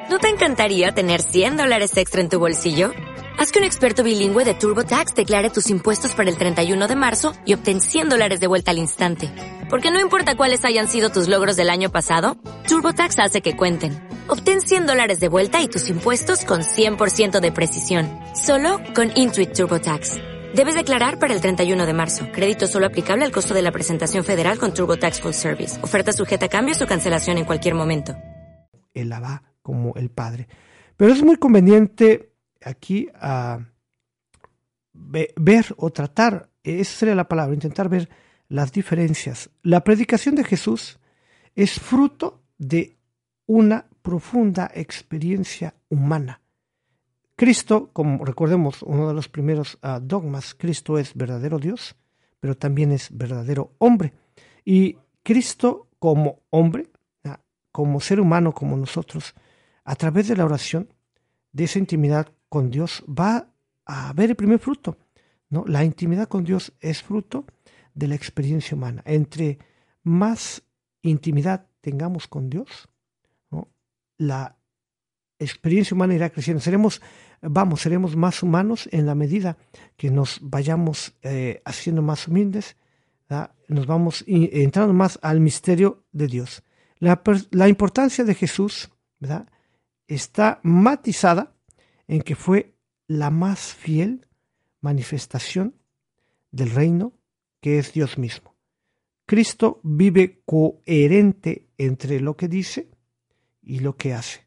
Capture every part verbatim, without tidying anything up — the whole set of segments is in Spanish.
¿No te encantaría tener cien dólares extra en tu bolsillo? Haz que un experto bilingüe de TurboTax declare tus impuestos para el treinta y uno de marzo y obtén cien dólares de vuelta al instante. Porque no importa cuáles hayan sido tus logros del año pasado, TurboTax hace que cuenten. Obtén cien dólares de vuelta y tus impuestos con cien por ciento de precisión. Solo con Intuit TurboTax. Debes declarar para el treinta y uno de marzo. Crédito solo aplicable al costo de la presentación federal con TurboTax Full Service. Oferta sujeta a cambios o cancelación en cualquier momento. El Abba como el Padre. Pero es muy conveniente aquí uh, ver o tratar, esa sería la palabra, intentar ver las diferencias. La predicación de Jesús es fruto de una profunda experiencia humana. Cristo, como recordemos, uno de los primeros uh, dogmas, Cristo es verdadero Dios, pero también es verdadero hombre. Y Cristo como hombre, uh, como ser humano como nosotros, a través de la oración, de esa intimidad con Dios, va a ver el primer fruto, ¿no? La intimidad con Dios es fruto de la experiencia humana. Entre más intimidad tengamos con Dios, ¿no?, la experiencia humana irá creciendo. Seremos, vamos, seremos más humanos en la medida que nos vayamos eh, haciendo más humildes, ¿verdad? Nos vamos entrando más al misterio de Dios. La, la importancia de Jesús, ¿verdad?, está matizada en que fue la más fiel manifestación del reino, que es Dios mismo. Cristo vive coherente entre lo que dice y lo que hace,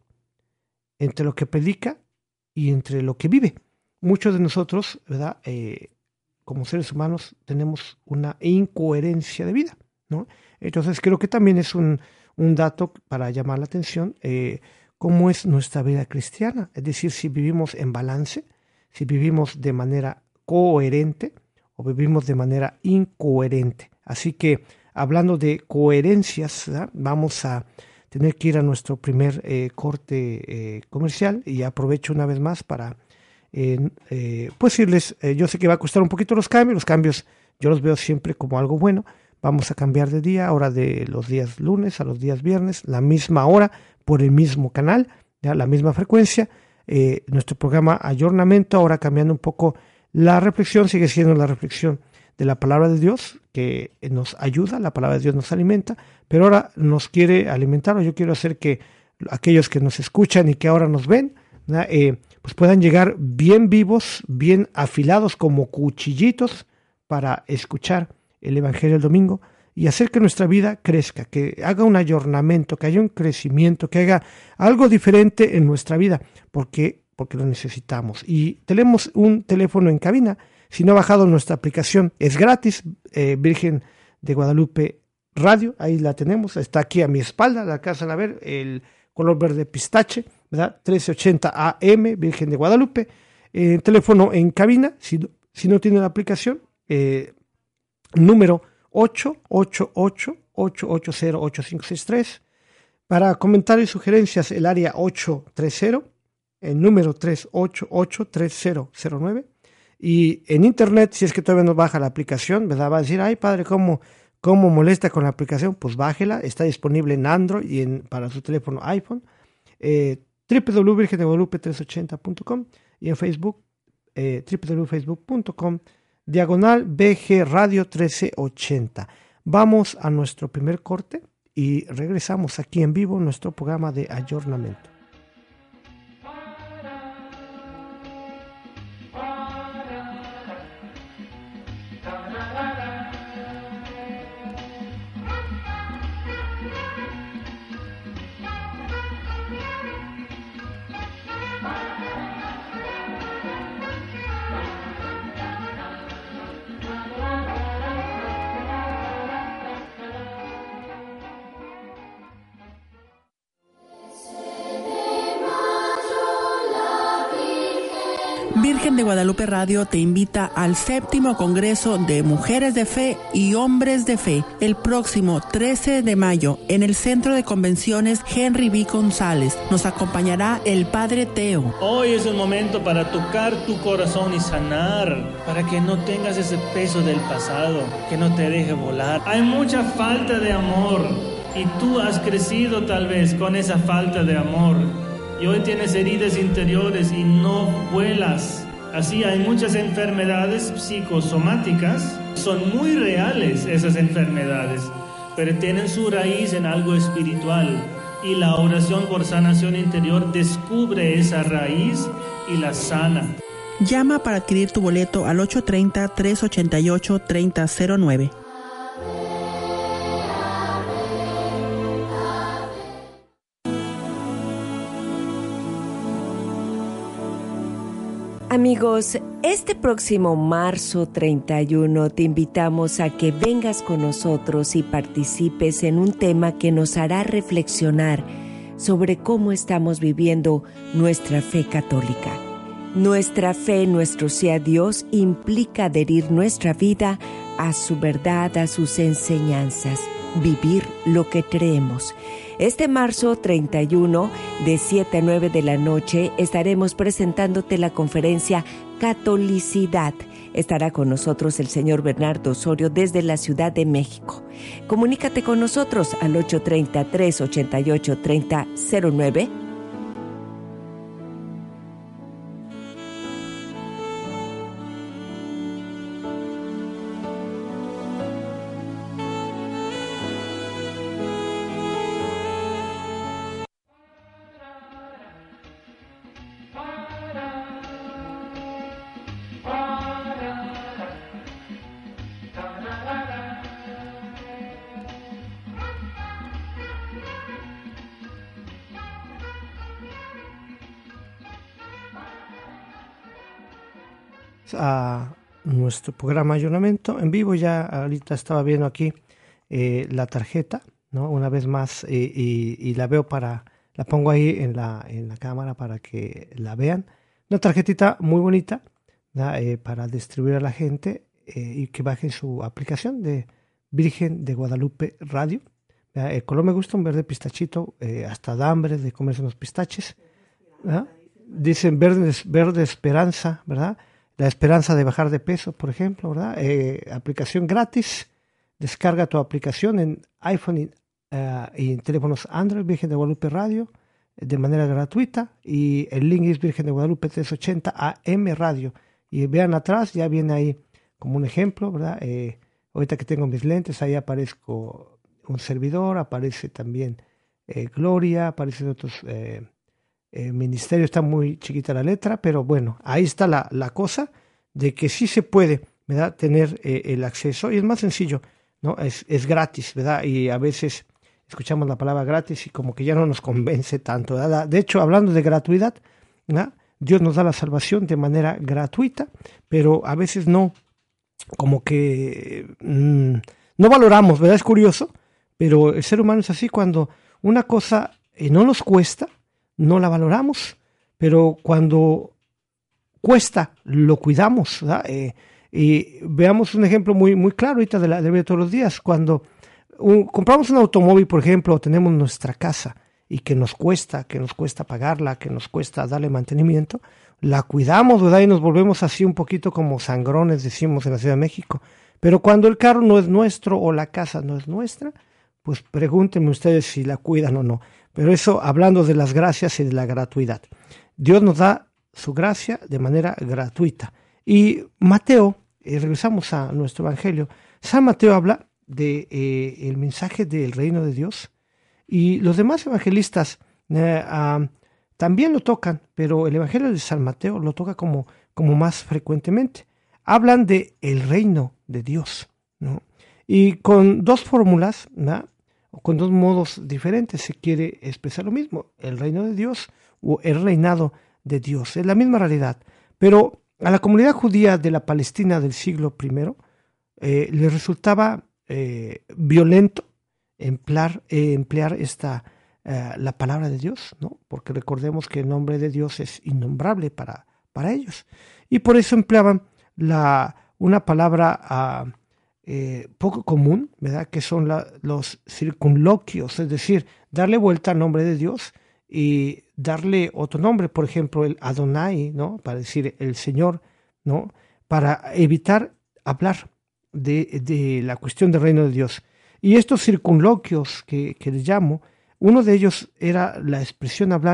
entre lo que predica y entre lo que vive. Muchos de nosotros, ¿verdad?, eh, como seres humanos tenemos una incoherencia de vida, ¿no? Entonces creo que también es un, un dato para llamar la atención, eh, cómo es nuestra vida cristiana, es decir, si vivimos en balance, si vivimos de manera coherente o vivimos de manera incoherente. Así que, hablando de coherencias, ¿verdad?, vamos a tener que ir a nuestro primer eh, corte eh, comercial, y aprovecho una vez más para eh, eh, pues decirles, eh, yo sé que va a costar un poquito los cambios, los cambios yo los veo siempre como algo bueno. Vamos a cambiar de día, ahora de los días lunes a los días viernes, la misma hora, por el mismo canal, ya la misma frecuencia. Eh, nuestro programa Ayornamiento, ahora cambiando un poco la reflexión, sigue siendo la reflexión de la palabra de Dios, que nos ayuda, la palabra de Dios nos alimenta, pero ahora nos quiere alimentar, o yo quiero hacer que aquellos que nos escuchan y que ahora nos ven, eh, pues puedan llegar bien vivos, bien afilados como cuchillitos para escuchar el Evangelio del domingo y hacer que nuestra vida crezca, que haga un ayornamiento, que haya un crecimiento, que haga algo diferente en nuestra vida, porque, porque lo necesitamos. Y tenemos un teléfono en cabina. Si no ha bajado nuestra aplicación, es gratis, eh, Virgen de Guadalupe Radio, ahí la tenemos, está aquí a mi espalda, la alcanzan a ver, el color verde pistache, ¿verdad? trece ochenta A M, Virgen de Guadalupe, eh, teléfono en cabina, si, si no tiene la aplicación, eh, número ocho ocho ocho, ocho ocho cero, ocho cinco seis tres. Para comentarios y sugerencias, el área ocho tres cero, el número tres ocho ocho, tres cero cero nueve. Y en internet, si es que todavía no baja la aplicación, ¿verdad?, va a decir, ay padre, ¿cómo, cómo molesta con la aplicación? Pues bájela, está disponible en Android y en, para su teléfono iPhone, eh, doble u doble u doble u punto virgen de guadalupe trescientos ochenta punto com, y en Facebook, eh, doble u doble u doble u punto facebook punto com diagonal B G Radio trece ochenta. Vamos a nuestro primer corte y regresamos aquí en vivo en nuestro programa de Ayornamiento. Virgen de Guadalupe Radio te invita al séptimo Congreso de Mujeres de Fe y Hombres de Fe el próximo trece de mayo en el Centro de Convenciones Henry B. González. Nos acompañará el Padre Teo. Hoy es el momento para tocar tu corazón y sanar, para que no tengas ese peso del pasado, que no te deje volar. Hay mucha falta de amor y tú has crecido tal vez con esa falta de amor. y hoy tienes heridas interiores y no vuelas. Así hay muchas enfermedades psicosomáticas, son muy reales esas enfermedades, pero tienen su raíz en algo espiritual, y la oración por sanación interior descubre esa raíz y la sana. Llama para adquirir tu boleto al ocho tres cero, tres ocho ocho, tres cero cero nueve. Amigos, este próximo marzo treinta y uno te invitamos a que vengas con nosotros y participes en un tema que nos hará reflexionar sobre cómo estamos viviendo nuestra fe católica. Nuestra fe en nuestro sí a Dios implica adherir nuestra vida a su verdad, a sus enseñanzas, vivir lo que creemos. Este marzo treinta y uno, de siete a nueve de la noche, estaremos presentándote la conferencia Catolicidad. Estará con nosotros el señor Bernardo Osorio desde la Ciudad de México. Comunícate con nosotros al ocho tres cero, tres ocho ocho, tres cero cero nueve. A nuestro programa Ayunamiento en vivo. Ya ahorita estaba viendo aquí eh, la tarjeta, ¿no? Una vez más, eh, y, y la veo para, la pongo ahí en la, en la cámara para que la vean. Una tarjetita muy bonita, eh, para distribuir a la gente eh, y que bajen su aplicación de Virgen de Guadalupe Radio. ¿Verdad? El color me gusta, un verde pistachito, eh, hasta da hambre de comerse unos pistaches. ¿Verdad? Dicen verde, verde esperanza, ¿verdad? La esperanza de bajar de peso, por ejemplo, ¿verdad? Eh, aplicación gratis. Descarga tu aplicación en iPhone y, uh, y en teléfonos Android, Virgen de Guadalupe Radio, de manera gratuita. Y el link es Virgen de Guadalupe trescientos ochenta A M Radio. Y vean atrás, ya viene ahí como un ejemplo, ¿verdad? Eh, ahorita que tengo mis lentes, ahí aparezco un servidor, aparece también eh, Gloria, aparecen otros... Eh, El ministerio, está muy chiquita la letra, pero bueno, ahí está la, la cosa de que sí se puede, ¿verdad?, tener eh, el acceso, y es más sencillo, ¿no? Es, es gratis, ¿verdad? Y a veces escuchamos la palabra gratis y como que ya no nos convence tanto, ¿verdad? De hecho, hablando de gratuidad, ¿verdad?, Dios nos da la salvación de manera gratuita, pero a veces no, como que mmm, no valoramos, ¿verdad? Es curioso, pero el ser humano es así. Cuando una cosa eh, no nos cuesta, no la valoramos, pero cuando cuesta, lo cuidamos, ¿verdad? Eh, y veamos un ejemplo muy, muy claro ahorita de la de ver todos los días. Cuando un, compramos un automóvil, por ejemplo, o tenemos nuestra casa y que nos cuesta, que nos cuesta pagarla, que nos cuesta darle mantenimiento, la cuidamos, ¿verdad? Y nos volvemos así un poquito como sangrones, decimos en la Ciudad de México. Pero cuando el carro no es nuestro o la casa no es nuestra, pues pregúntenme ustedes si la cuidan o no. Pero eso hablando de las gracias y de la gratuidad. Dios nos da su gracia de manera gratuita. Y Mateo, eh, regresamos a nuestro evangelio, San Mateo habla de eh, el mensaje del reino de Dios, y los demás evangelistas eh, uh, también lo tocan, pero el evangelio de San Mateo lo toca como, como más frecuentemente. Hablan de el reino de Dios, ¿no? Y con dos fórmulas, ¿no?, o con dos modos diferentes se quiere expresar lo mismo, el reino de Dios o el reinado de Dios. Es la misma realidad, pero a la comunidad judía de la Palestina del siglo primero eh, le resultaba eh, violento emplear, eh, emplear esta, eh, la palabra de Dios, ¿no? Porque recordemos que el nombre de Dios es innombrable para, para ellos, y por eso empleaban la, una palabra uh, Eh, poco común, ¿verdad?, que son la, los circunloquios, es decir, darle vuelta al nombre de Dios y darle otro nombre, por ejemplo, el Adonai, ¿no?, para decir el Señor, ¿no?, para evitar hablar de, de la cuestión del reino de Dios. Y estos circunloquios que, que les llamo, uno de ellos era la expresión hablar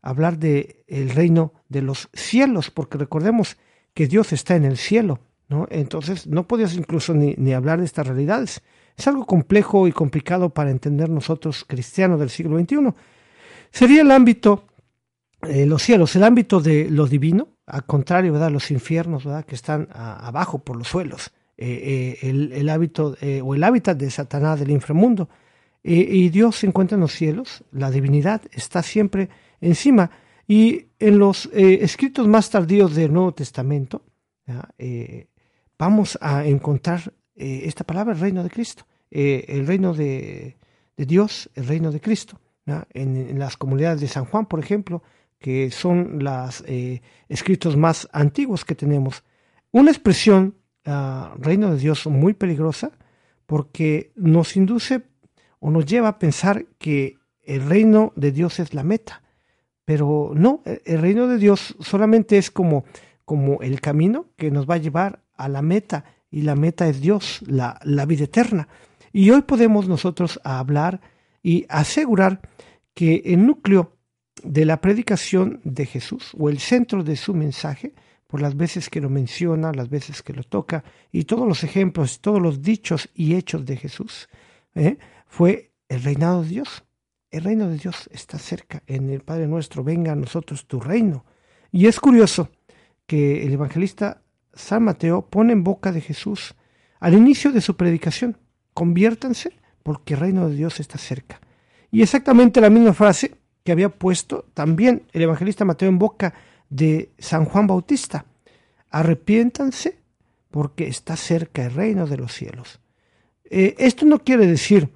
hablar de el reino de los cielos, porque recordemos que Dios está en el cielo, ¿no? Entonces no podías incluso ni, ni hablar de estas realidades. Es algo complejo y complicado para entender nosotros cristianos del siglo veintiuno. Sería el ámbito, eh, los cielos, el ámbito de lo divino, al contrario, ¿verdad? Los infiernos, ¿verdad? Que están a, abajo por los suelos, eh, eh, el, el hábito eh, o el hábitat de Satanás del inframundo. Eh, y Dios se encuentra en los cielos, la divinidad está siempre encima. Y en los eh, escritos más tardíos del Nuevo Testamento, eh, vamos a encontrar eh, esta palabra, el reino de Cristo, eh, el reino de, de Dios, el reino de Cristo. En, en las comunidades de San Juan, por ejemplo, que son los eh, escritos más antiguos que tenemos. Una expresión, uh, reino de Dios, muy peligrosa, porque nos induce o nos lleva a pensar que el reino de Dios es la meta. Pero no, el reino de Dios solamente es como, como el camino que nos va a llevar a la meta, y la meta es Dios, la, la vida eterna. Y hoy podemos nosotros hablar y asegurar que el núcleo de la predicación de Jesús, o el centro de su mensaje, por las veces que lo menciona, las veces que lo toca, y todos los ejemplos, todos los dichos y hechos de Jesús, ¿eh? fue el reinado de Dios. El reino de Dios está cerca. En el Padre Nuestro, venga a nosotros tu reino. Y es curioso que el evangelista San Mateo pone en boca de Jesús al inicio de su predicación: conviértanse porque el reino de Dios está cerca. Y exactamente la misma frase que había puesto también el evangelista Mateo en boca de San Juan Bautista: arrepiéntanse porque está cerca el reino de los cielos. Eh, esto no quiere decir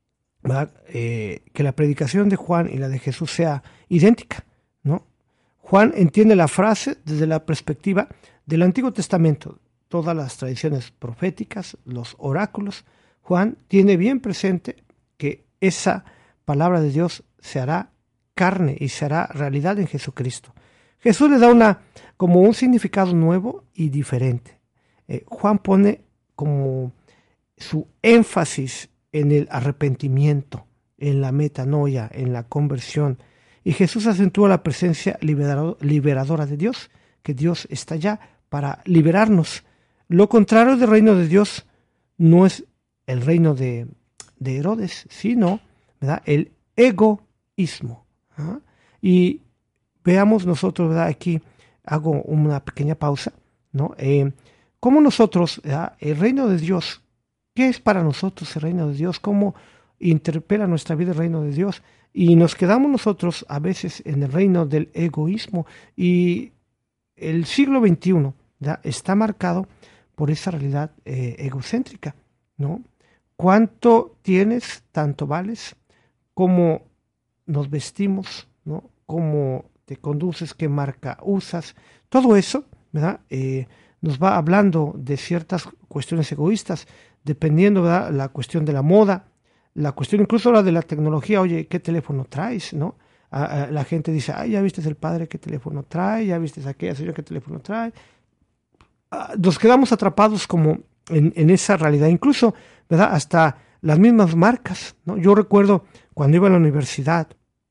eh, que la predicación de Juan y la de Jesús sea idéntica, ¿no? Juan entiende la frase desde la perspectiva del Antiguo Testamento, todas las tradiciones proféticas, los oráculos. Juan tiene bien presente que esa palabra de Dios se hará carne y se hará realidad en Jesucristo. Jesús le da una, como un significado nuevo y diferente. Eh, Juan pone como su énfasis en el arrepentimiento, en la metanoia, en la conversión. Y Jesús acentúa la presencia liberadora de Dios, que Dios está allá para liberarnos. Lo contrario del reino de Dios no es el reino de, de Herodes, sino, ¿verdad?, el egoísmo. ¿Ah? Y veamos nosotros, ¿verdad?, aquí hago una pequeña pausa, ¿no? Eh, ¿Cómo nosotros, ¿verdad?, el reino de Dios, qué es para nosotros el reino de Dios? ¿Cómo interpela nuestra vida el reino de Dios? Y nos quedamos nosotros a veces en el reino del egoísmo, y el siglo veintiuno, ¿verdad?, está marcado por esa realidad eh, egocéntrica, ¿no? ¿Cuánto tienes, tanto vales? ¿Cómo nos vestimos, ¿no? ¿Cómo te conduces? ¿Qué marca usas? Todo eso, ¿verdad?, eh, nos va hablando de ciertas cuestiones egoístas, dependiendo, ¿verdad?, la cuestión de la moda, la cuestión incluso la de la tecnología. Oye, ¿qué teléfono traes?, ¿no? A, a, la gente dice: ay, ya viste el padre qué teléfono trae, ya viste aquella señora qué teléfono trae. Ah, nos quedamos atrapados como en, en esa realidad, incluso, ¿verdad?, hasta las mismas marcas, ¿no? Yo recuerdo cuando iba a la universidad,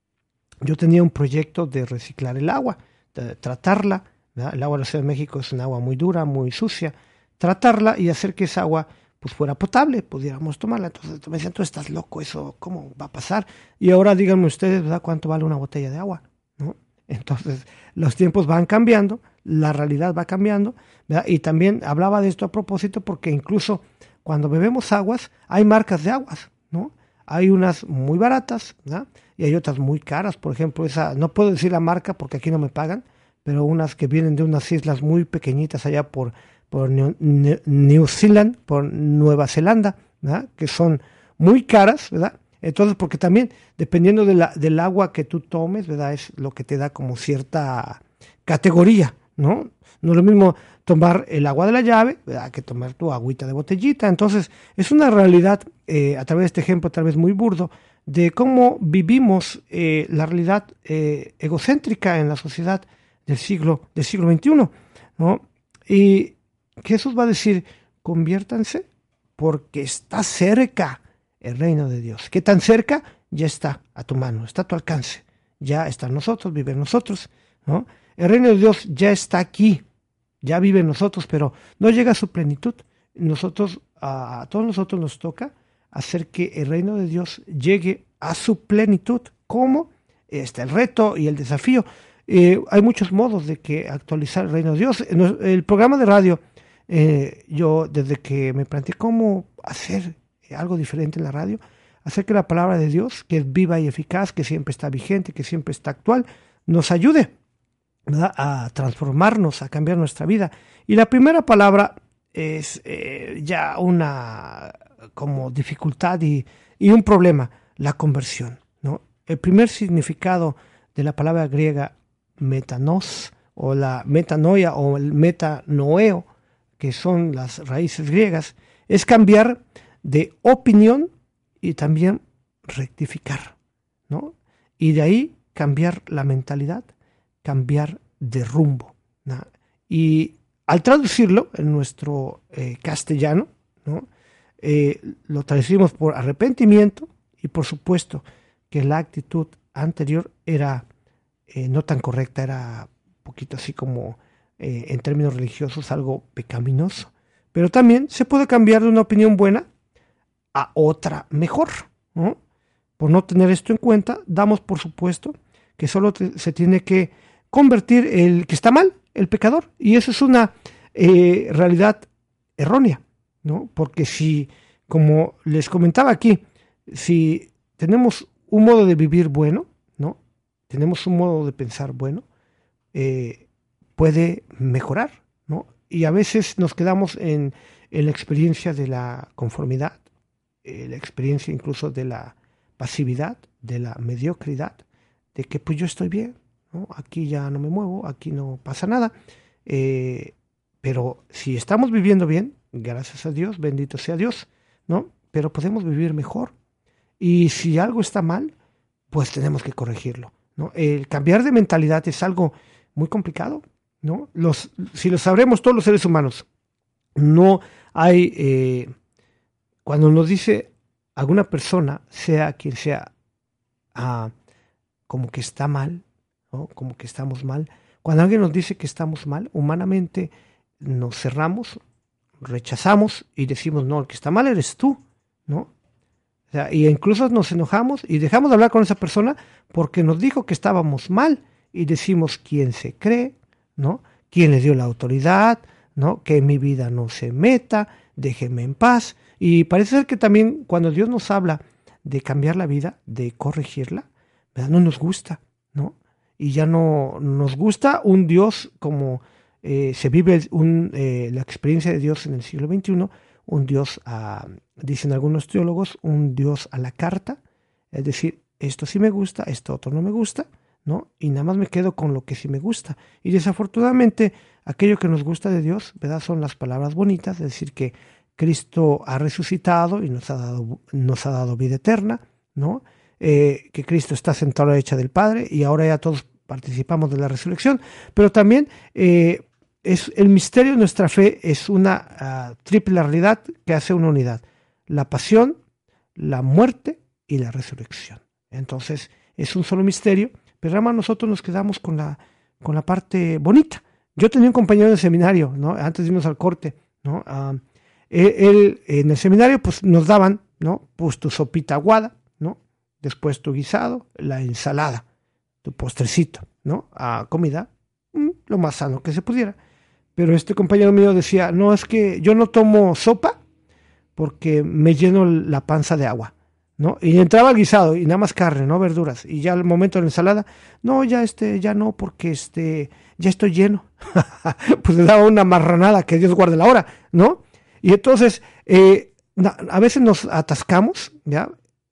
yo tenía un proyecto de reciclar el agua, de tratarla, ¿verdad? El agua de la Ciudad de México es un agua muy dura, muy sucia, tratarla y hacer que esa agua pues fuera potable, pudiéramos tomarla. Entonces me decían: tú estás loco, eso ¿cómo va a pasar? Y ahora díganme ustedes, ¿verdad?, cuánto vale una botella de agua, ¿no? Entonces los tiempos van cambiando, la realidad va cambiando, ¿verdad? Y también hablaba de esto a propósito porque incluso cuando bebemos aguas hay marcas de aguas, ¿no? Hay unas muy baratas, ¿verdad?, y hay otras muy caras. Por ejemplo, esa, no puedo decir la marca porque aquí no me pagan, pero unas que vienen de unas islas muy pequeñitas allá por por New, New Zealand, por Nueva Zelanda, ¿verdad?, que son muy caras, ¿verdad? Entonces, porque también, dependiendo de la, del agua que tú tomes, ¿verdad?, es lo que te da como cierta categoría, ¿no? No es lo mismo tomar el agua de la llave, ¿verdad?, que tomar tu agüita de botellita. Entonces, es una realidad, eh, a través de este ejemplo tal vez muy burdo, de cómo vivimos eh, la realidad eh, egocéntrica en la sociedad del siglo, del siglo veintiuno, ¿no? Y Jesús va a decir: conviértanse porque está cerca el reino de Dios. ¿Qué tan cerca? Ya está a tu mano, está a tu alcance. ya está en nosotros, vive en nosotros, ¿no? El reino de Dios ya está aquí, ya vive en nosotros, pero no llega a su plenitud. Nosotros, a todos nosotros nos toca hacer que el reino de Dios llegue a su plenitud. ¿Cómo? Está el reto y el desafío. Eh, hay muchos modos de que actualizar el reino de Dios. El programa de radio, eh, yo desde que me planteé cómo hacer algo diferente en la radio, hacer que la palabra de Dios, que es viva y eficaz, que siempre está vigente, que siempre está actual, nos ayude, ¿verdad?, a transformarnos, a cambiar nuestra vida. Y la primera palabra es eh, ya una como dificultad y, y un problema, la conversión, ¿no? El primer significado de la palabra griega metanos, o la metanoia, o el metanoeo, que son las raíces griegas, es cambiar de opinión y también rectificar, ¿no? Y de ahí cambiar la mentalidad, cambiar de rumbo, ¿no? Y al traducirlo en nuestro eh, castellano, ¿no?, eh, lo traducimos por arrepentimiento, y por supuesto que la actitud anterior era eh, no tan correcta, era un poquito así como eh, en términos religiosos algo pecaminoso, pero también se puede cambiar de una opinión buena a otra mejor, ¿no? Por no tener esto en cuenta, damos por supuesto que solo te, se tiene que convertir el que está mal, el pecador, y eso es una eh, realidad errónea, ¿no? Porque si, como les comentaba aquí, si tenemos un modo de vivir bueno, ¿no?, tenemos un modo de pensar bueno, eh, puede mejorar, ¿no? Y a veces nos quedamos en, en la experiencia de la conformidad, eh, la experiencia incluso de la pasividad, de la mediocridad, de que pues yo estoy bien, ¿no? Aquí ya no me muevo, aquí no pasa nada, eh, pero si estamos viviendo bien, gracias a Dios, bendito sea Dios, ¿no? Pero podemos vivir mejor, y si algo está mal, pues tenemos que corregirlo, ¿no? El cambiar de mentalidad es algo muy complicado, ¿no? Los, si lo sabremos todos los seres humanos, no hay, eh, cuando nos dice alguna persona, sea quien sea, ah, como que está mal, ¿no?, como que estamos mal, cuando alguien nos dice que estamos mal, humanamente nos cerramos, rechazamos y decimos, no, el que está mal eres tú, ¿no? O sea, y incluso nos enojamos y dejamos de hablar con esa persona porque nos dijo que estábamos mal, y decimos, ¿quién se cree?, ¿no? ¿Quién le dio la autoridad?, ¿no? Que en mi vida no se meta, déjeme en paz. Y parece ser que también cuando Dios nos habla de cambiar la vida, de corregirla, ¿verdad?, no nos gusta, ¿no? Y ya no nos gusta un Dios como eh, se vive un, eh, la experiencia de Dios en el siglo veintiuno, un Dios, a, dicen algunos teólogos, un Dios a la carta, es decir, esto sí me gusta, esto otro no me gusta, ¿no? Y nada más me quedo con lo que sí me gusta. Y desafortunadamente aquello que nos gusta de Dios, ¿verdad?, son las palabras bonitas, es decir, que Cristo ha resucitado y nos ha dado, nos ha dado vida eterna, ¿no? Eh, que Cristo está sentado a la derecha del Padre, y ahora ya todos participamos de la resurrección, pero también eh, es el misterio de nuestra fe es una uh, triple realidad que hace una unidad: la pasión, la muerte y la resurrección. Entonces es un solo misterio, pero además nosotros nos quedamos con la, con la parte bonita. Yo tenía un compañero en el seminario, ¿no?, antes de irnos al corte, ¿no? Uh, él, él en el seminario pues nos daban, ¿no?, pues tu sopita aguada, ¿no?, después tu guisado, la ensalada, tu postrecito, ¿no?, a comida, mmm, lo más sano que se pudiera. Pero este compañero mío decía, no, es que yo no tomo sopa porque me lleno la panza de agua, ¿no? Y entraba el guisado y nada más carne, no verduras. Y ya al momento de la ensalada, no, ya este, ya no, porque este, ya estoy lleno. Pues le daba una marranada, que Dios guarde la hora, ¿no? Y entonces, eh, a veces nos atascamos, ¿ya?,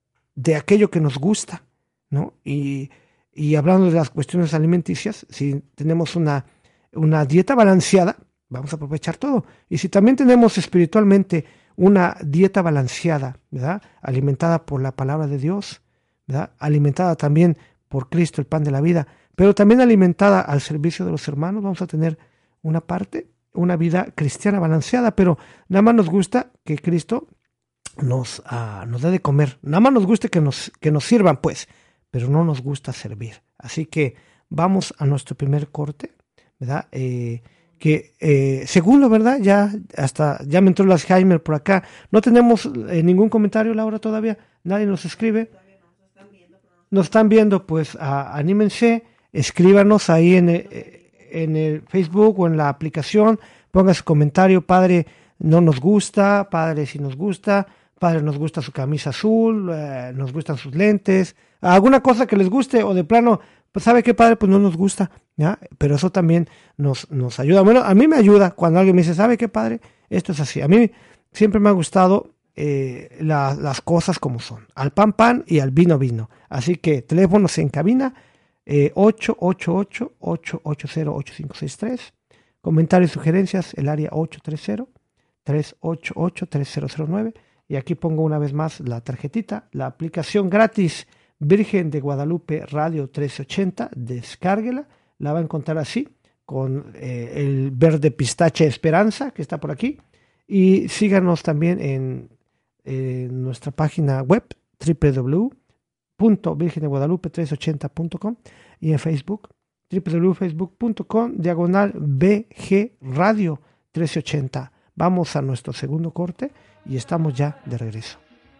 de aquello que nos gusta, ¿no? Y, y hablando de las cuestiones alimenticias, si tenemos una, una dieta balanceada, vamos a aprovechar todo. Y si también tenemos espiritualmente una dieta balanceada, ¿verdad?, alimentada por la palabra de Dios, ¿verdad?, alimentada también por Cristo, el pan de la vida, pero también alimentada al servicio de los hermanos, vamos a tener una parte, una vida cristiana balanceada. Pero nada más nos gusta que Cristo nos, uh, nos dé de comer, nada más nos guste que nos, que nos sirvan, pues, pero no nos gusta servir. Así que vamos a nuestro primer corte, ¿verdad? Eh, que eh, segundo, ¿verdad? Ya hasta ya me entró el Alzheimer por acá. No tenemos eh, ningún comentario, Laura, todavía. Nadie nos escribe. Nos están viendo, pues a, anímense, escríbanos ahí en el, en el Facebook o en la aplicación, pongan su comentario, padre, no nos gusta, padre, si nos gusta, padre, nos gusta su camisa azul, eh, nos gustan sus lentes, alguna cosa que les guste, o de plano, pues sabe qué, padre, pues no nos gusta, ¿ya? Pero eso también nos, nos ayuda. Bueno, a mí me ayuda cuando alguien me dice, ¿sabe qué, padre? Esto es así. A mí siempre me ha gustado eh, la, las cosas como son, al pan pan y al vino vino. Así que teléfonos en cabina, eh, ocho ocho ocho, ocho ocho cero, ocho cinco seis tres, comentarios y sugerencias, el área ocho tres cero, tres ocho ocho, tres cero cero nueve, y aquí pongo una vez más la tarjetita, la aplicación gratis Virgen de Guadalupe Radio trece ochenta, descárguela, la va a encontrar así, con eh, el verde pistache Esperanza, que está por aquí, y síganos también en, en nuestra página web, doble u doble u doble u punto virgen de guadalupe trescientos ochenta punto com, y en Facebook, doble u doble u doble u punto facebook punto com, diagonal B G Radio trece ochenta. Vamos a nuestro segundo corte y estamos ya de regreso.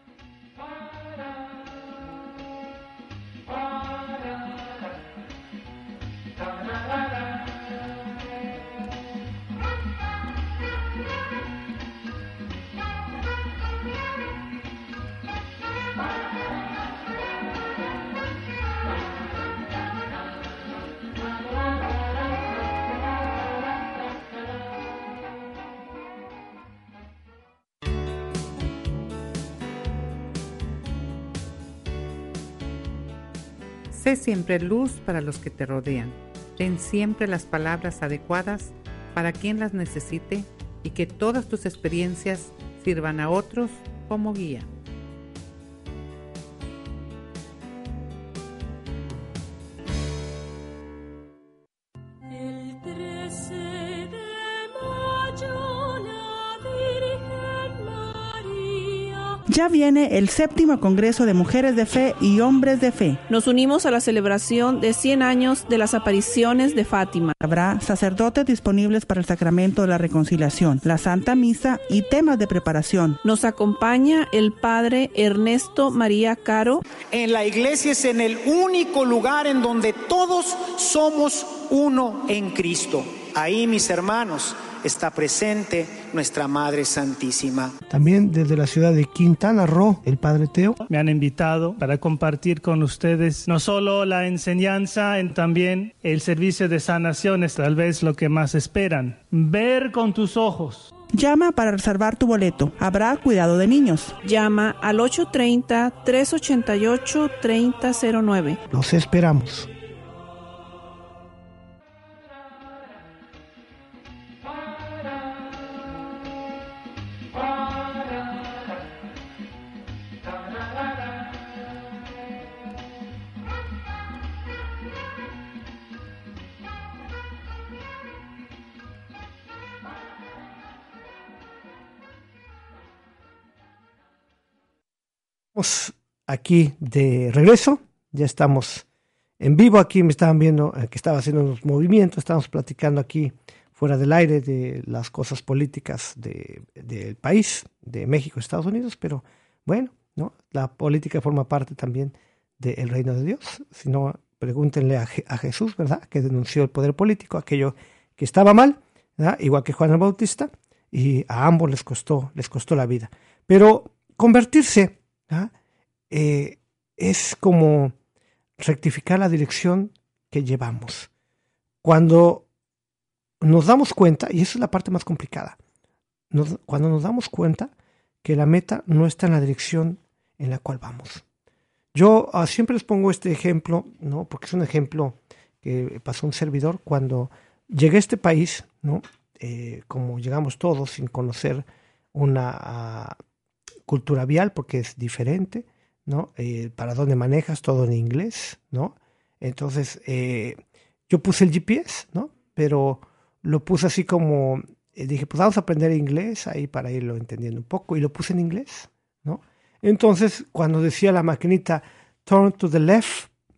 Sé siempre luz para los que te rodean. Ten siempre las palabras adecuadas para quien las necesite y que todas tus experiencias sirvan a otros como guía. Ya viene el séptimo Congreso de Mujeres de Fe y Hombres de Fe. Nos unimos a la celebración de cien años de las apariciones de Fátima. Habrá sacerdotes disponibles para el sacramento de la reconciliación, la Santa Misa y temas de preparación. Nos acompaña el Padre Ernesto María Caro. En la iglesia es en el único lugar en donde todos somos uno en Cristo. Ahí, mis hermanos, está presente nuestra Madre Santísima. También desde la ciudad de Quintana Roo, el Padre Teo. Me han invitado para compartir con ustedes no solo la enseñanza, en también el servicio de sanaciones, tal vez lo que más esperan. Ver con tus ojos. Llama para reservar tu boleto. Habrá cuidado de niños. Llama al ocho tres cero, tres ocho ocho, tres cero cero nueve. Los esperamos. Aquí de regreso, ya estamos en vivo. Aquí me estaban viendo que estaba haciendo unos movimientos, estábamos platicando aquí fuera del aire de las cosas políticas de, del país, de México, Estados Unidos, pero bueno, ¿no? La política forma parte también del reino de Dios. Si no, pregúntenle a, a Jesús, ¿verdad?, que denunció el poder político, aquello que estaba mal, ¿verdad?, igual que Juan el Bautista, y a ambos les costó, les costó la vida. Pero convertirse, ¿verdad?, Eh, es como rectificar la dirección que llevamos. Cuando nos damos cuenta, y esa es la parte más complicada, nos, cuando nos damos cuenta que la meta no está en la dirección en la cual vamos. Yo uh, siempre les pongo este ejemplo, ¿no?, porque es un ejemplo que pasó un servidor cuando llegué a este país, ¿no?, eh, como llegamos todos sin conocer una uh, cultura vial, porque es diferente, ¿no? Eh, para dónde manejas, todo en inglés, ¿no? Entonces, eh, yo puse el G P S, ¿no? Pero lo puse así como, eh, dije, pues vamos a aprender inglés ahí para irlo entendiendo un poco, y lo puse en inglés, ¿no? Entonces, cuando decía la maquinita, turn to the left,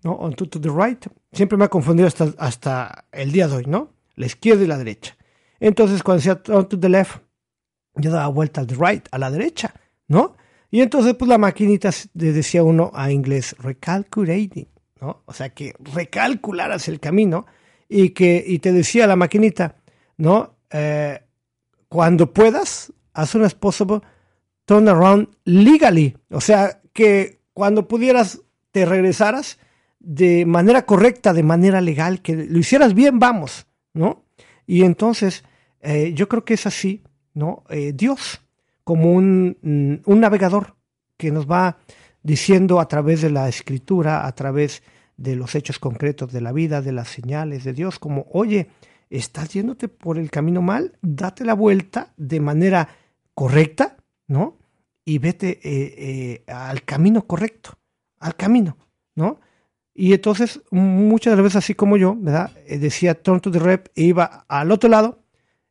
¿no? On to, to the right. Siempre me ha confundido hasta, hasta el día de hoy, ¿no? La izquierda y la derecha. Entonces, cuando decía on to the left, yo daba vuelta al the right, a la derecha, ¿no? Y entonces, pues la maquinita le decía uno a inglés, recalculating, ¿no? O sea, que recalcularas el camino y que y te decía la maquinita, ¿no? Eh, cuando puedas, as soon as possible, turn around legally. O sea, que cuando pudieras te regresaras de manera correcta, de manera legal, que lo hicieras bien, vamos, ¿no? Y entonces, eh, yo creo que es así, ¿no? Eh, Dios, como un, un navegador que nos va diciendo a través de la escritura, a través de los hechos concretos de la vida, de las señales de Dios, como, oye, estás yéndote por el camino mal, date la vuelta de manera correcta, ¿no? Y vete eh, eh, al camino correcto, al camino, ¿no? Y entonces, muchas de las veces, así como yo, ¿verdad? Eh, decía turn to the left e iba al otro lado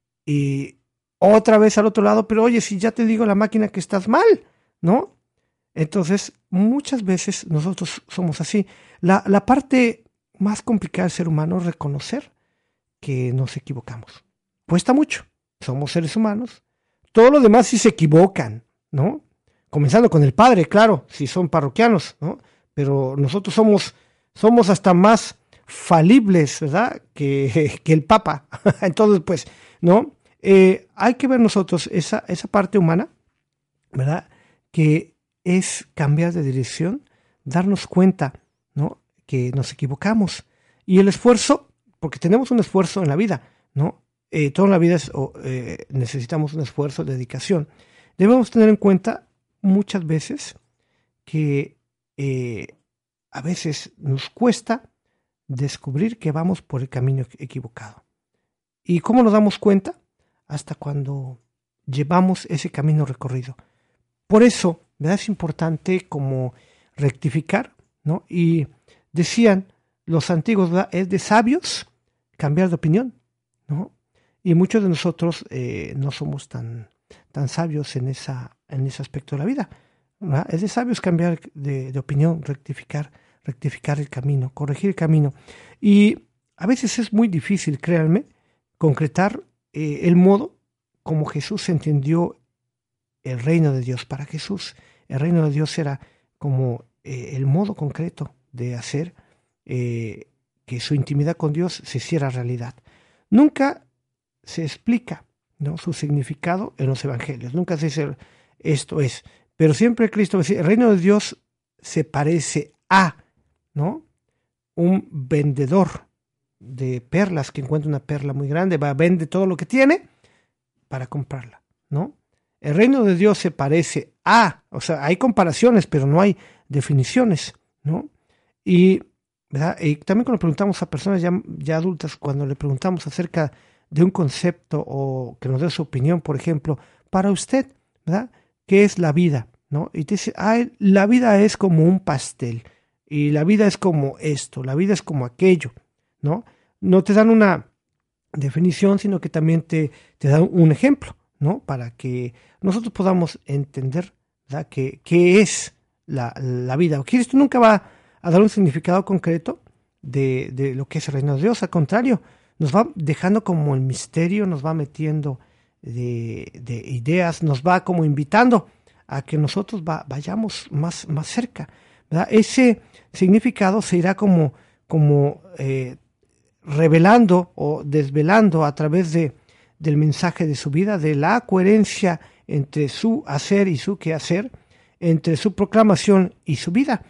y otra vez al otro lado, pero oye, si ya te digo la máquina que estás mal, ¿no? Entonces, muchas veces nosotros somos así. La, la parte más complicada del ser humano es reconocer que nos equivocamos. Cuesta mucho. Somos seres humanos. Todos los demás sí se equivocan, ¿no? Comenzando con el padre, claro, si son parroquianos, ¿no? Pero nosotros somos, somos hasta más falibles, ¿verdad? Que, que el Papa. Entonces, pues, ¿no? Eh, hay que ver nosotros esa, esa parte humana, ¿verdad? Que es cambiar de dirección, darnos cuenta, ¿no? Que nos equivocamos. Y el esfuerzo, porque tenemos un esfuerzo en la vida, ¿no? Eh, toda la vida es, oh, eh, necesitamos un esfuerzo, dedicación. Debemos tener en cuenta muchas veces que eh, a veces nos cuesta descubrir que vamos por el camino equivocado. ¿Y cómo nos damos cuenta? Hasta cuando llevamos ese camino recorrido. Por eso, ¿verdad? Es importante como rectificar, ¿no? Y decían los antiguos, ¿verdad? Es de sabios cambiar de opinión, ¿no? Y muchos de nosotros eh, no somos tan, tan sabios en, esa, en ese aspecto de la vida, ¿verdad? Es de sabios cambiar de, de opinión, rectificar, rectificar el camino, corregir el camino. Y a veces es muy difícil, créanme, concretar eh, el modo como Jesús entendió el reino de Dios. Para Jesús, el reino de Dios era como eh, el modo concreto de hacer eh, que su intimidad con Dios se hiciera realidad. Nunca se explica, ¿no? Su significado en los evangelios. Nunca se dice esto es. Pero siempre Cristo dice, el reino de Dios se parece a, ¿no? Un vendedor de perlas que encuentra una perla muy grande, va, vende todo lo que tiene para comprarla, ¿no? El reino de Dios se parece a, o sea, hay comparaciones, pero no hay definiciones, ¿no? Y, ¿verdad? Y también cuando preguntamos a personas ya, ya adultas, cuando le preguntamos acerca de un concepto o que nos dé su opinión, por ejemplo, para usted, ¿verdad? ¿Qué es la vida? ¿No? Y te dice, ah, la vida es como un pastel, y la vida es como esto, la vida es como aquello, ¿no? No te dan una definición, sino que también te, te dan un ejemplo, ¿no? Para que nosotros podamos entender, ¿verdad? Que, qué es la, la vida. Cristo nunca va a dar un significado concreto de, de lo que es el reino de Dios, al contrario, nos va dejando como el misterio, nos va metiendo de, de ideas, nos va como invitando a que nosotros va, vayamos más, más cerca, ¿verdad? Ese significado se irá como, como eh, revelando o desvelando a través de, del mensaje de su vida, de la coherencia entre su hacer y su quehacer, entre su proclamación y su vida.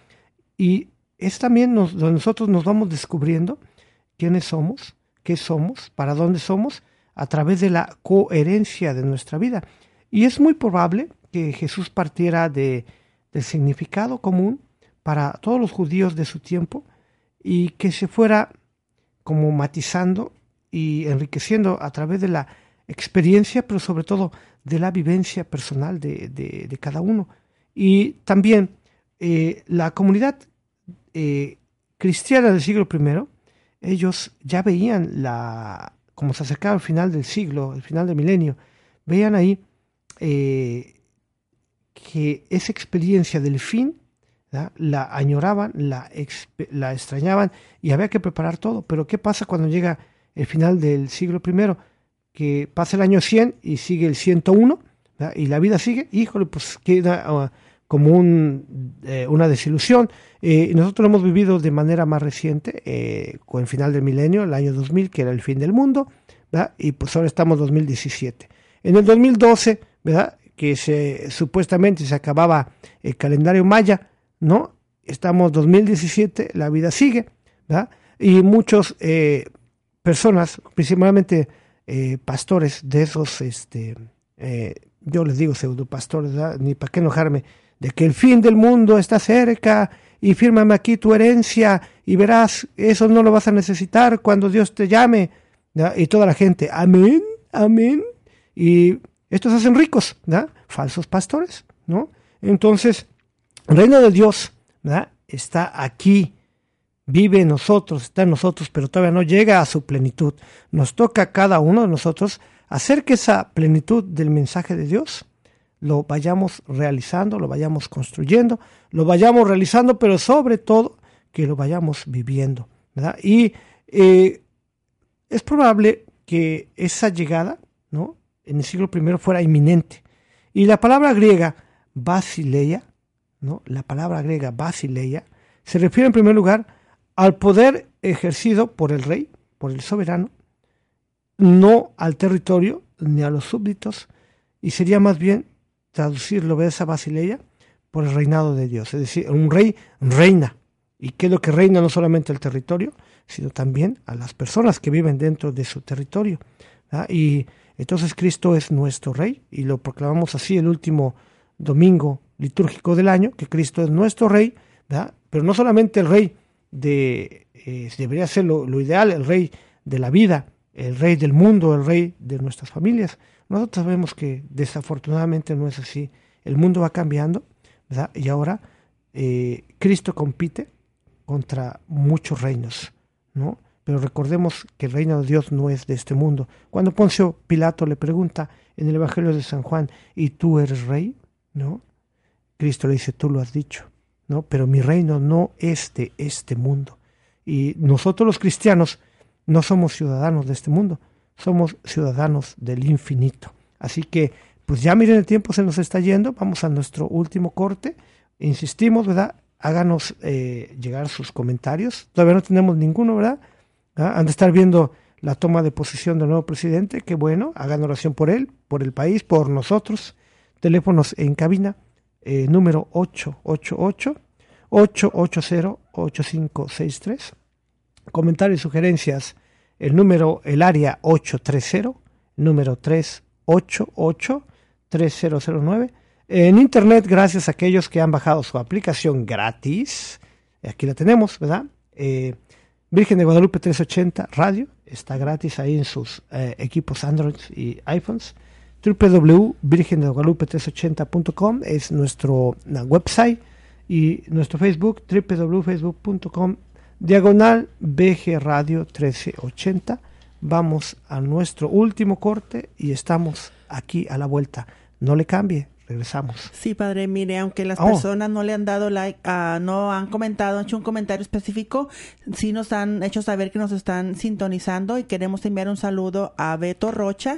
Y es también nos, donde nosotros nos vamos descubriendo quiénes somos, qué somos, para dónde somos, a través de la coherencia de nuestra vida. Y es muy probable que Jesús partiera de, del significado común para todos los judíos de su tiempo y que se fuera como matizando y enriqueciendo a través de la experiencia, pero sobre todo de la vivencia personal de, de, de cada uno. Y también eh, la comunidad eh, cristiana del siglo primero, ellos ya veían, la como se acercaba al final del siglo, al final del milenio, veían ahí eh, que esa experiencia del fin ¿verdad? La añoraban, la, exp- la extrañaban y había que preparar todo. Pero ¿qué pasa cuando llega el final del siglo primero? Que pasa el año cien y sigue el ciento uno, ¿verdad? Y la vida sigue, híjole, pues queda uh, como un, eh, una desilusión. Eh, nosotros lo hemos vivido de manera más reciente, eh, con el final del milenio, el año dos mil, que era el fin del mundo, ¿verdad? Y pues ahora estamos en dos mil diecisiete. En el dos mil doce, ¿verdad? Que se, supuestamente se acababa el calendario maya, ¿no? Estamos dos mil diecisiete, la vida sigue, ¿verdad? Y muchas eh, personas, principalmente eh, pastores de esos, este, eh, yo les digo pseudopastores, ¿verdad? Ni para qué enojarme, de que el fin del mundo está cerca y fírmame aquí tu herencia y verás, eso no lo vas a necesitar cuando Dios te llame, ¿verdad? Y toda la gente, amén, amén, y estos hacen ricos, ¿verdad? Falsos pastores, ¿no? Entonces, el reino de Dios, ¿verdad? Está aquí, vive en nosotros, está en nosotros, pero todavía no llega a su plenitud. Nos toca a cada uno de nosotros hacer que esa plenitud del mensaje de Dios lo vayamos realizando, lo vayamos construyendo, lo vayamos realizando, pero sobre todo que lo vayamos viviendo, ¿verdad? Y eh, es probable que esa llegada, ¿no?, en el siglo primero fuera inminente. Y la palabra griega basileia, ¿no?, la palabra griega basileia, se refiere en primer lugar al poder ejercido por el rey, por el soberano, no al territorio ni a los súbditos, y sería más bien traducirlo de esa basileia por el reinado de Dios. Es decir, un rey reina. ¿Y qué es lo que reina? No solamente el territorio, sino también a las personas que viven dentro de su territorio, ¿verdad? Y entonces Cristo es nuestro rey, y lo proclamamos así el último domingo litúrgico del año, que Cristo es nuestro rey, ¿verdad? Pero no solamente el rey de, eh, debería ser lo, lo ideal, el rey de la vida, el rey del mundo, el rey de nuestras familias. Nosotros sabemos que desafortunadamente no es así. El mundo va cambiando, ¿verdad? Y ahora eh, Cristo compite contra muchos reinos, ¿no? Pero recordemos que el reino de Dios no es de este mundo. Cuando Poncio Pilato le pregunta en el Evangelio de San Juan, ¿y tú eres rey? ¿No? Cristo le dice, tú lo has dicho, ¿no? Pero mi reino no es de este mundo. Y nosotros los cristianos no somos ciudadanos de este mundo, somos ciudadanos del infinito. Así que, pues ya miren, el tiempo se nos está yendo, vamos a nuestro último corte. Insistimos, ¿verdad? Háganos eh, llegar sus comentarios. Todavía no tenemos ninguno, ¿verdad? ¿Ah? Han de estar viendo la toma de posesión del nuevo presidente, qué bueno, hagan oración por él, por el país, por nosotros. Teléfonos en cabina, eh, número ocho ocho ocho, ocho ocho cero, ocho cinco seis tres. Comentarios y sugerencias, el número, el área ocho tres cero, número tres ocho ocho, tres cero cero nueve. En internet, gracias a aquellos que han bajado su aplicación gratis, aquí la tenemos, ¿verdad? Eh, Virgen de Guadalupe trescientos ochenta Radio, está gratis ahí en sus eh, equipos Android y iPhones. w w w punto virgen de guadalupe trescientos ochenta punto com es nuestro uh, website, y nuestro Facebook, w w w punto facebook punto com diagonal B G Radio trece ochenta. Vamos a nuestro último corte y estamos aquí a la vuelta. No le cambie, regresamos. Sí, padre, mire, aunque las oh. personas no le han dado like, uh, no han comentado, han hecho un comentario específico, sí nos han hecho saber que nos están sintonizando, y queremos enviar un saludo a Beto Rocha,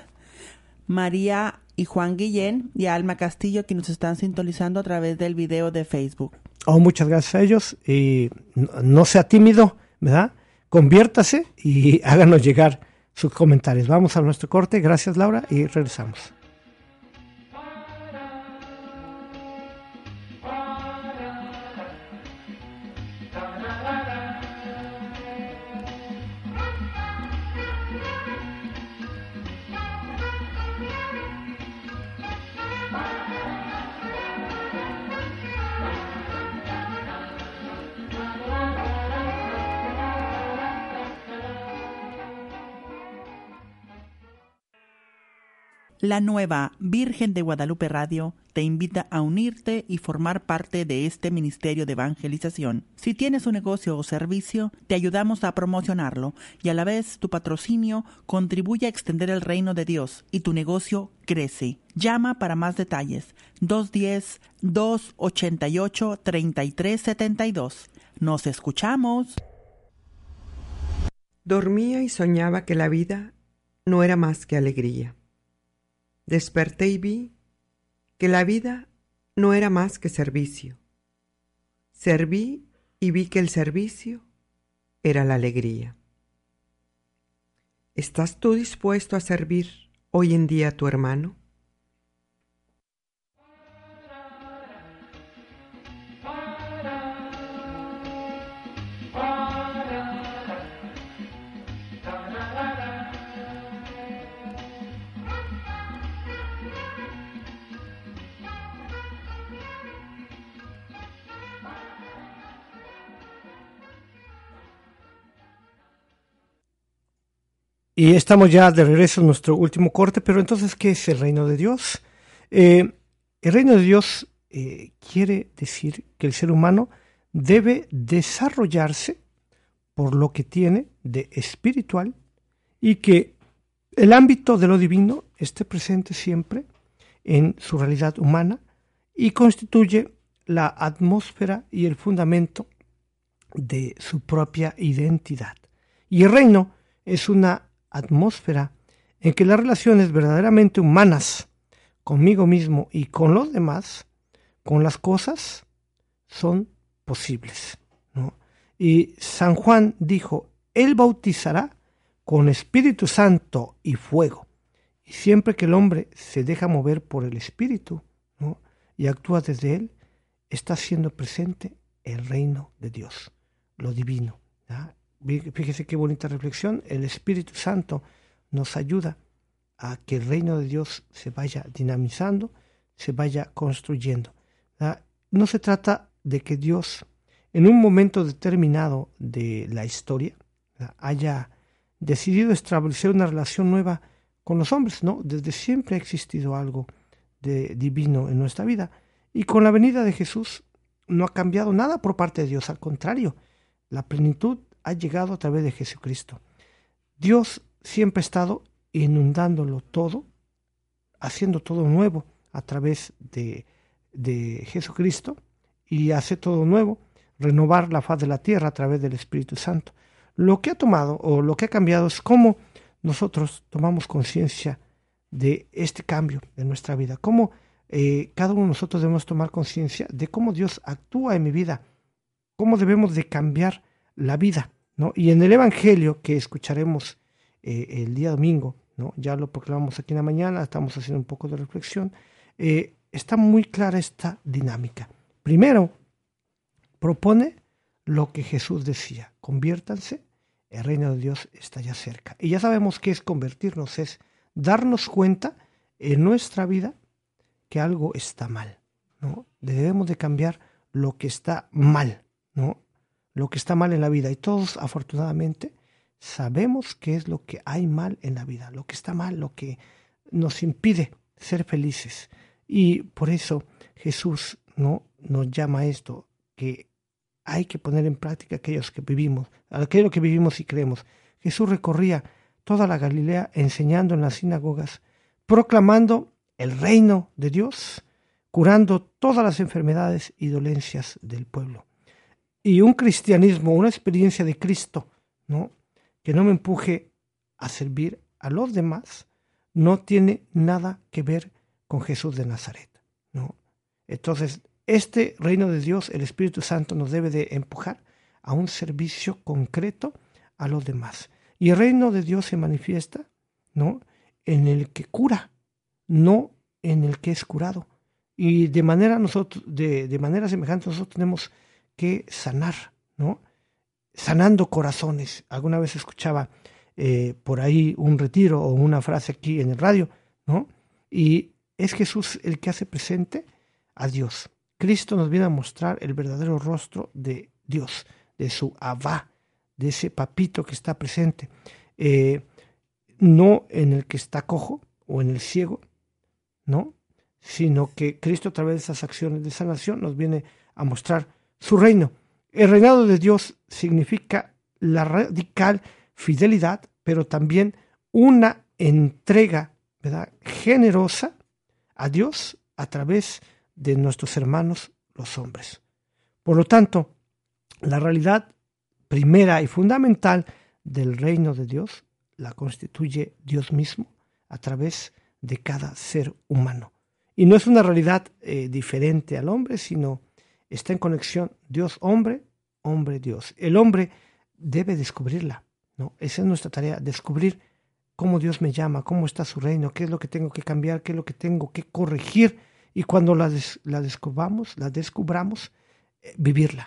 María y Juan Guillén y a Alma Castillo, que nos están sintonizando a través del video de Facebook. Oh, muchas gracias a ellos, y no, no sea tímido, ¿verdad? Conviértase y háganos llegar sus comentarios. Vamos a nuestro corte, gracias Laura, y regresamos. La nueva Virgen de Guadalupe Radio te invita a unirte y formar parte de este ministerio de evangelización. Si tienes un negocio o servicio, te ayudamos a promocionarlo y a la vez tu patrocinio contribuye a extender el reino de Dios y tu negocio crece. Llama para más detalles dos uno cero, dos ocho ocho, tres tres siete dos. ¡Nos escuchamos! Dormía y soñaba que la vida no era más que alegría. Desperté y vi que la vida no era más que servicio. Serví y vi que el servicio era la alegría. ¿Estás tú dispuesto a servir hoy en día a tu hermano? Y estamos ya de regreso a nuestro último corte, pero entonces, ¿qué es el reino de Dios? Eh, el reino de Dios eh, quiere decir que el ser humano debe desarrollarse por lo que tiene de espiritual y que el ámbito de lo divino esté presente siempre en su realidad humana y constituye la atmósfera y el fundamento de su propia identidad. Y el reino es una atmósfera en que las relaciones verdaderamente humanas conmigo mismo y con los demás, con las cosas, son posibles, ¿no? Y San Juan dijo, Él bautizará con Espíritu Santo y fuego. Y siempre que el hombre se deja mover por el Espíritu, ¿no?, y actúa desde Él, está siendo presente el reino de Dios, lo divino, ¿no? Fíjese qué bonita reflexión. El Espíritu Santo nos ayuda a que el reino de Dios se vaya dinamizando, se vaya construyendo. ¿Verdad? No se trata de que Dios, en un momento determinado de la historia, ¿verdad?, haya decidido establecer una relación nueva con los hombres. No, desde siempre ha existido algo de divino en nuestra vida. Y con la venida de Jesús no ha cambiado nada por parte de Dios. Al contrario, la plenitud ha llegado a través de Jesucristo. Dios siempre ha estado inundándolo todo, haciendo todo nuevo a través de, de Jesucristo, y hace todo nuevo, renovar la faz de la tierra a través del Espíritu Santo. Lo que ha tomado o lo que ha cambiado es cómo nosotros tomamos conciencia de este cambio de nuestra vida, cómo eh, cada uno de nosotros debemos tomar conciencia de cómo Dios actúa en mi vida, cómo debemos de cambiar la vida, ¿no? Y en el Evangelio que escucharemos eh, el día domingo, ¿no?, ya lo proclamamos aquí en la mañana, estamos haciendo un poco de reflexión, eh, está muy clara esta dinámica. Primero, propone lo que Jesús decía, conviértanse, el reino de Dios está ya cerca. Y ya sabemos qué es convertirnos, es darnos cuenta en nuestra vida que algo está mal, ¿no? Debemos de cambiar lo que está mal, ¿no?, lo que está mal en la vida. Y todos, afortunadamente, sabemos qué es lo que hay mal en la vida, lo que está mal, lo que nos impide ser felices. Y por eso Jesús, ¿no?, nos llama a esto, que hay que poner en práctica aquellos que vivimos, aquello que vivimos y creemos. Jesús recorría toda la Galilea enseñando en las sinagogas, proclamando el reino de Dios, curando todas las enfermedades y dolencias del pueblo. Y un cristianismo, una experiencia de Cristo, ¿no?, que no me empuje a servir a los demás, no tiene nada que ver con Jesús de Nazaret, ¿no? Entonces, este reino de Dios, el Espíritu Santo, nos debe de empujar a un servicio concreto a los demás. Y el reino de Dios se manifiesta, ¿no?, en el que cura, no en el que es curado. Y de manera, nosotros, de, de manera semejante nosotros tenemos que sanar, ¿no?, sanando corazones. Alguna vez escuchaba eh, por ahí un retiro o una frase aquí en el radio, ¿no?, y es Jesús el que hace presente a Dios. Cristo nos viene a mostrar el verdadero rostro de Dios, de su Abba, de ese papito que está presente, eh, no en el que está cojo o en el ciego, ¿no? Sino que Cristo, a través de esas acciones de sanación, nos viene a mostrar su reino. El reinado de Dios significa la radical fidelidad, pero también una entrega, ¿verdad?, generosa a Dios a través de nuestros hermanos los hombres. Por lo tanto, la realidad primera y fundamental del reino de Dios la constituye Dios mismo a través de cada ser humano. Y no es una realidad eh, diferente al hombre, sino está en conexión Dios-hombre, hombre-Dios. El hombre debe descubrirla, ¿no? Esa es nuestra tarea, descubrir cómo Dios me llama, cómo está su reino, qué es lo que tengo que cambiar, qué es lo que tengo que corregir. Y cuando la, des, la descubramos, la descubramos, eh, vivirla.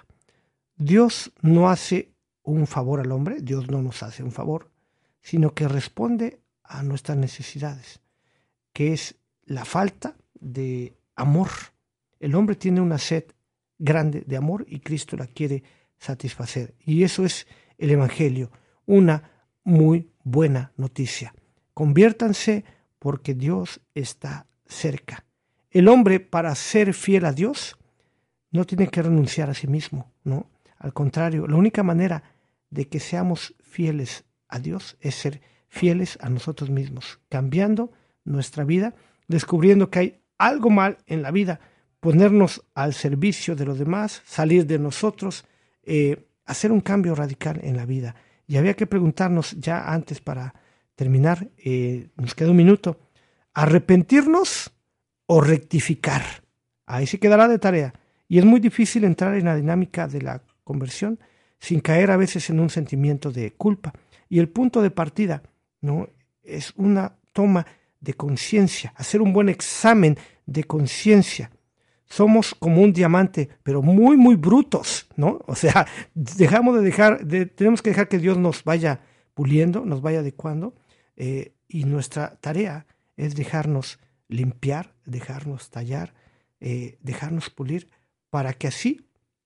Dios no hace un favor al hombre, Dios no nos hace un favor, sino que responde a nuestras necesidades, que es la falta de amor. El hombre tiene una sed grande de amor y Cristo la quiere satisfacer. Y eso es el Evangelio, una muy buena noticia. Conviértanse porque Dios está cerca. El hombre, para ser fiel a Dios, no tiene que renunciar a sí mismo, ¿no? Al contrario, la única manera de que seamos fieles a Dios es ser fieles a nosotros mismos, cambiando nuestra vida, descubriendo que hay algo mal en la vida, ponernos al servicio de los demás, salir de nosotros, eh, hacer un cambio radical en la vida. Y había que preguntarnos ya antes para terminar, eh, nos queda un minuto, ¿arrepentirnos o rectificar? Ahí sí quedará de tarea. Y es muy difícil entrar en la dinámica de la conversión sin caer a veces en un sentimiento de culpa. Y el punto de partida, ¿no?, es una toma de conciencia, hacer un buen examen de conciencia. Somos como un diamante, pero muy, muy brutos, ¿no? O sea, dejamos de dejar, de, tenemos que dejar que Dios nos vaya puliendo, nos vaya adecuando, eh, y nuestra tarea es dejarnos limpiar, dejarnos tallar, eh, dejarnos pulir, para que así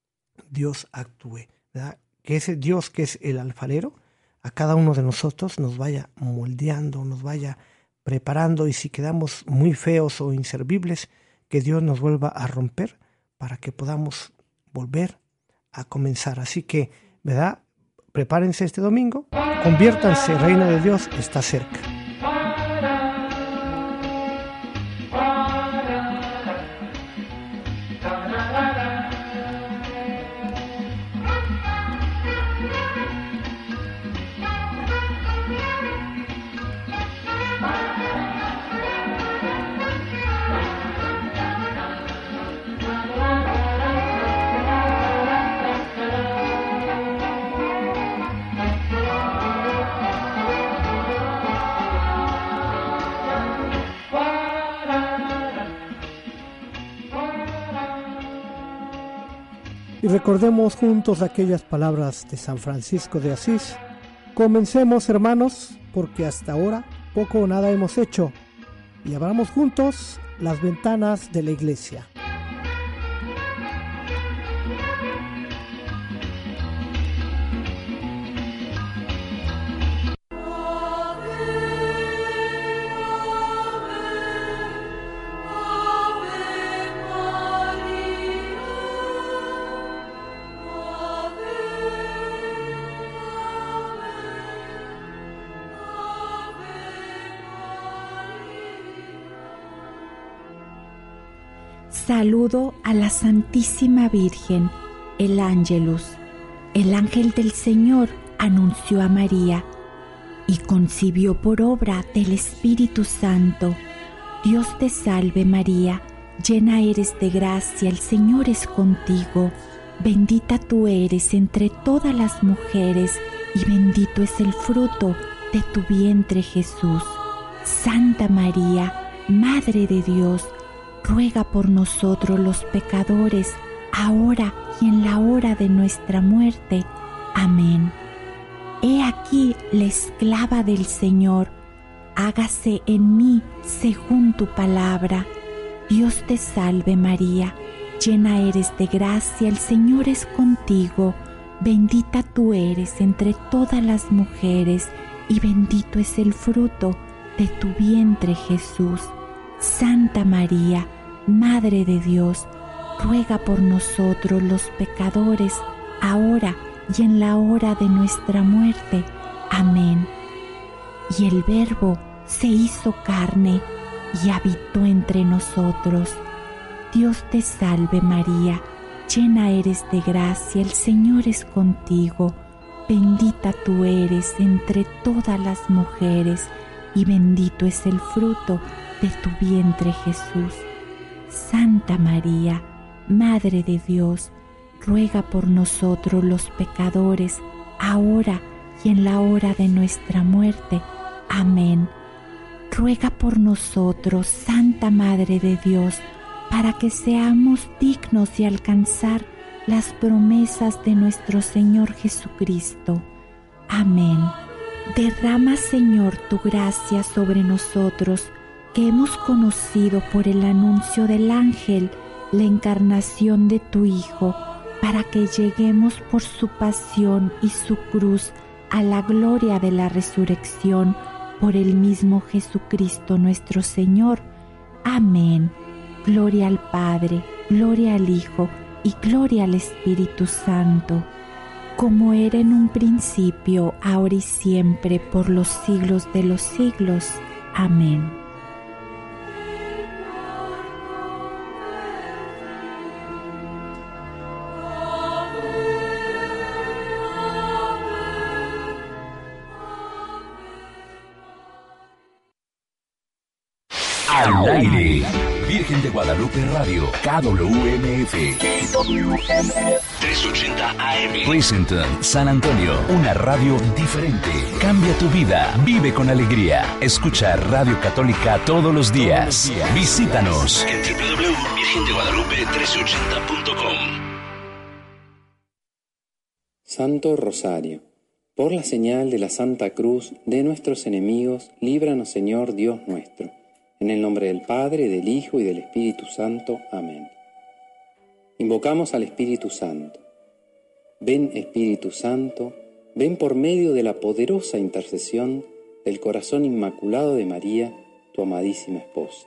Dios actúe, ¿verdad? Que ese Dios que es el alfarero, a cada uno de nosotros nos vaya moldeando, nos vaya preparando, y si quedamos muy feos o inservibles, que Dios nos vuelva a romper para que podamos volver a comenzar. Así que, ¿verdad?, prepárense este domingo, conviértanse, el reino de Dios está cerca. Y recordemos juntos aquellas palabras de San Francisco de Asís. Comencemos, hermanos, porque hasta ahora poco o nada hemos hecho, y abramos juntos las ventanas de la iglesia. Saludo a la Santísima Virgen, el Ángelus. El ángel del Señor anunció a María y concibió por obra del Espíritu Santo. Dios te salve María, llena eres de gracia, el Señor es contigo. Bendita tú eres entre todas las mujeres y bendito es el fruto de tu vientre Jesús. Santa María, Madre de Dios, ruega por nosotros los pecadores, ahora y en la hora de nuestra muerte. Amén. He aquí la esclava del Señor, hágase en mí según tu palabra. Dios te salve María, llena eres de gracia, el Señor es contigo. Bendita tú eres entre todas las mujeres y bendito es el fruto de tu vientre, Jesús. Santa María, Madre de Dios, ruega por nosotros los pecadores, ahora y en la hora de nuestra muerte. Amén. Y el Verbo se hizo carne y habitó entre nosotros. Dios te salve María, llena eres de gracia, el Señor es contigo. Bendita tú eres entre todas las mujeres, y bendito es el fruto de tu vientre, Jesús. Santa María, Madre de Dios, ruega por nosotros los pecadores, ahora y en la hora de nuestra muerte. Amén. Ruega por nosotros, Santa Madre de Dios, para que seamos dignos de alcanzar las promesas de nuestro Señor Jesucristo. Amén. Derrama, Señor, tu gracia sobre nosotros, que hemos conocido por el anuncio del ángel la encarnación de tu Hijo, para que lleguemos por su pasión y su cruz a la gloria de la resurrección por el mismo Jesucristo nuestro Señor. Amén. Gloria al Padre, gloria al Hijo y gloria al Espíritu Santo, como era en un principio, ahora y siempre, por los siglos de los siglos. Amén. Al aire. Virgen de Guadalupe Radio, K W M F. trescientos ochenta A M. Pleasanton, San Antonio. Una radio diferente. Cambia tu vida. Vive con alegría. Escucha Radio Católica todos los días. Todos los días. Visítanos en w w w punto virgen de guadalupe trescientos ochenta punto com. Santo Rosario. Por la señal de la Santa Cruz de nuestros enemigos, líbranos, Señor Dios nuestro. En el nombre del Padre, del Hijo y del Espíritu Santo. Amén. Invocamos al Espíritu Santo. Ven, Espíritu Santo, ven por medio de la poderosa intercesión del corazón inmaculado de María, tu amadísima esposa.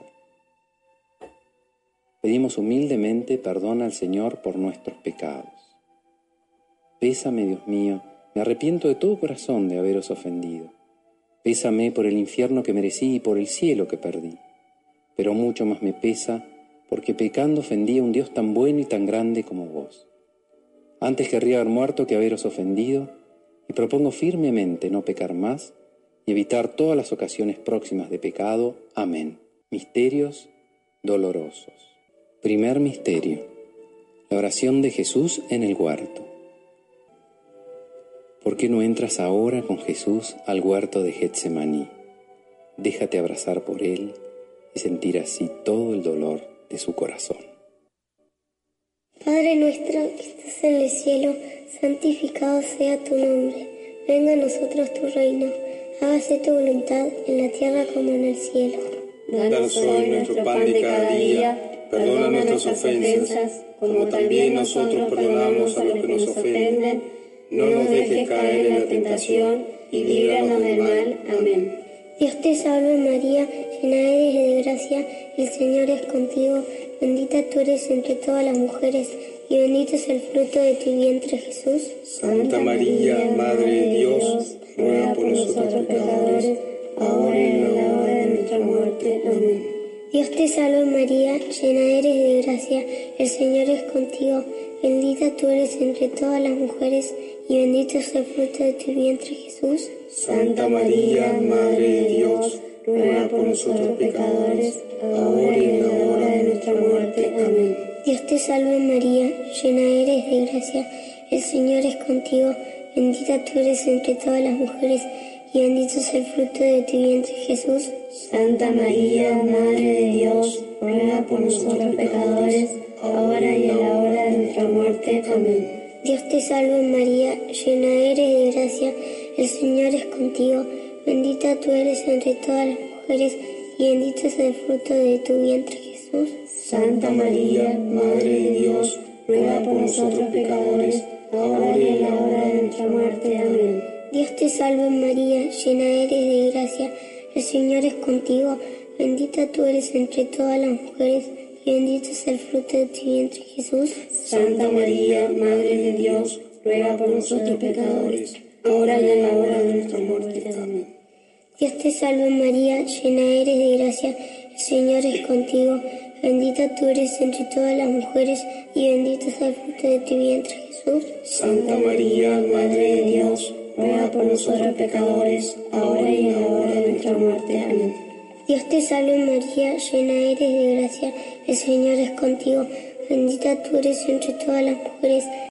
Pedimos humildemente perdón al Señor por nuestros pecados. Pésame, Dios mío, me arrepiento de todo corazón de haberos ofendido. Pésame por el infierno que merecí y por el cielo que perdí. Pero mucho más me pesa porque pecando ofendí a un Dios tan bueno y tan grande como vos. Antes querría haber muerto que haberos ofendido, y propongo firmemente no pecar más y evitar todas las ocasiones próximas de pecado. Amén. Misterios dolorosos. Primer misterio. La oración de Jesús en el huerto. ¿Por qué no entras ahora con Jesús al huerto de Getsemaní? Déjate abrazar por Él y sentir así todo el dolor de su corazón. Padre nuestro que estás en el cielo, santificado sea tu nombre. Venga a nosotros tu reino. Hágase tu voluntad en la tierra como en el cielo. Danos hoy nuestro pan de cada día. Perdona nuestras ofensas, como también nosotros perdonamos a los que nos ofenden. No nos dejes caer en la tentación y líbranos del mal. Amén. Dios te salve María, llena eres de gracia, el Señor es contigo, bendita tú eres entre todas las mujeres, y bendito es el fruto de tu vientre, Jesús. Santa María, Madre de Dios, ruega por nosotros pecadores, ahora y en la hora de nuestra muerte. Amén. Dios te salve María, llena eres de gracia, el Señor es contigo, bendita tú eres entre todas las mujeres, y bendito es el fruto de tu vientre, Jesús. Santa María, Madre de Dios, ruega por nosotros pecadores, ahora y en la hora de nuestra muerte. Amén. Dios te salve María, llena eres de gracia, el Señor es contigo, bendita tú eres entre todas las mujeres, y bendito es el fruto de tu vientre, Jesús. Santa María, Madre de Dios, ruega por nosotros pecadores, ahora y en la hora de nuestra muerte. Amén. Dios te salve María, llena eres de gracia, el Señor es contigo, bendita tú eres entre todas las mujeres, y bendito es el fruto de tu vientre, Jesús. Santa María, Madre de Dios, ruega por nosotros pecadores, ahora y en la hora de nuestra muerte. Amén. Dios te salve María, llena eres de gracia, el Señor es contigo, bendita tú eres entre todas las mujeres, y bendito es el fruto de tu vientre, Jesús. Santa María, Madre de Dios, ruega por nosotros pecadores, ahora y en la hora de nuestra muerte. Amén. Dios te salve María, llena eres de gracia, el Señor es contigo, bendita tú eres entre todas las mujeres, y bendito es el fruto de tu vientre, Jesús. Santa María, Madre de Dios, ruega por nosotros pecadores, ahora y en la hora de nuestra muerte. Amén. Dios te salve María, llena eres de gracia, el Señor es contigo, bendita tú eres entre todas las mujeres,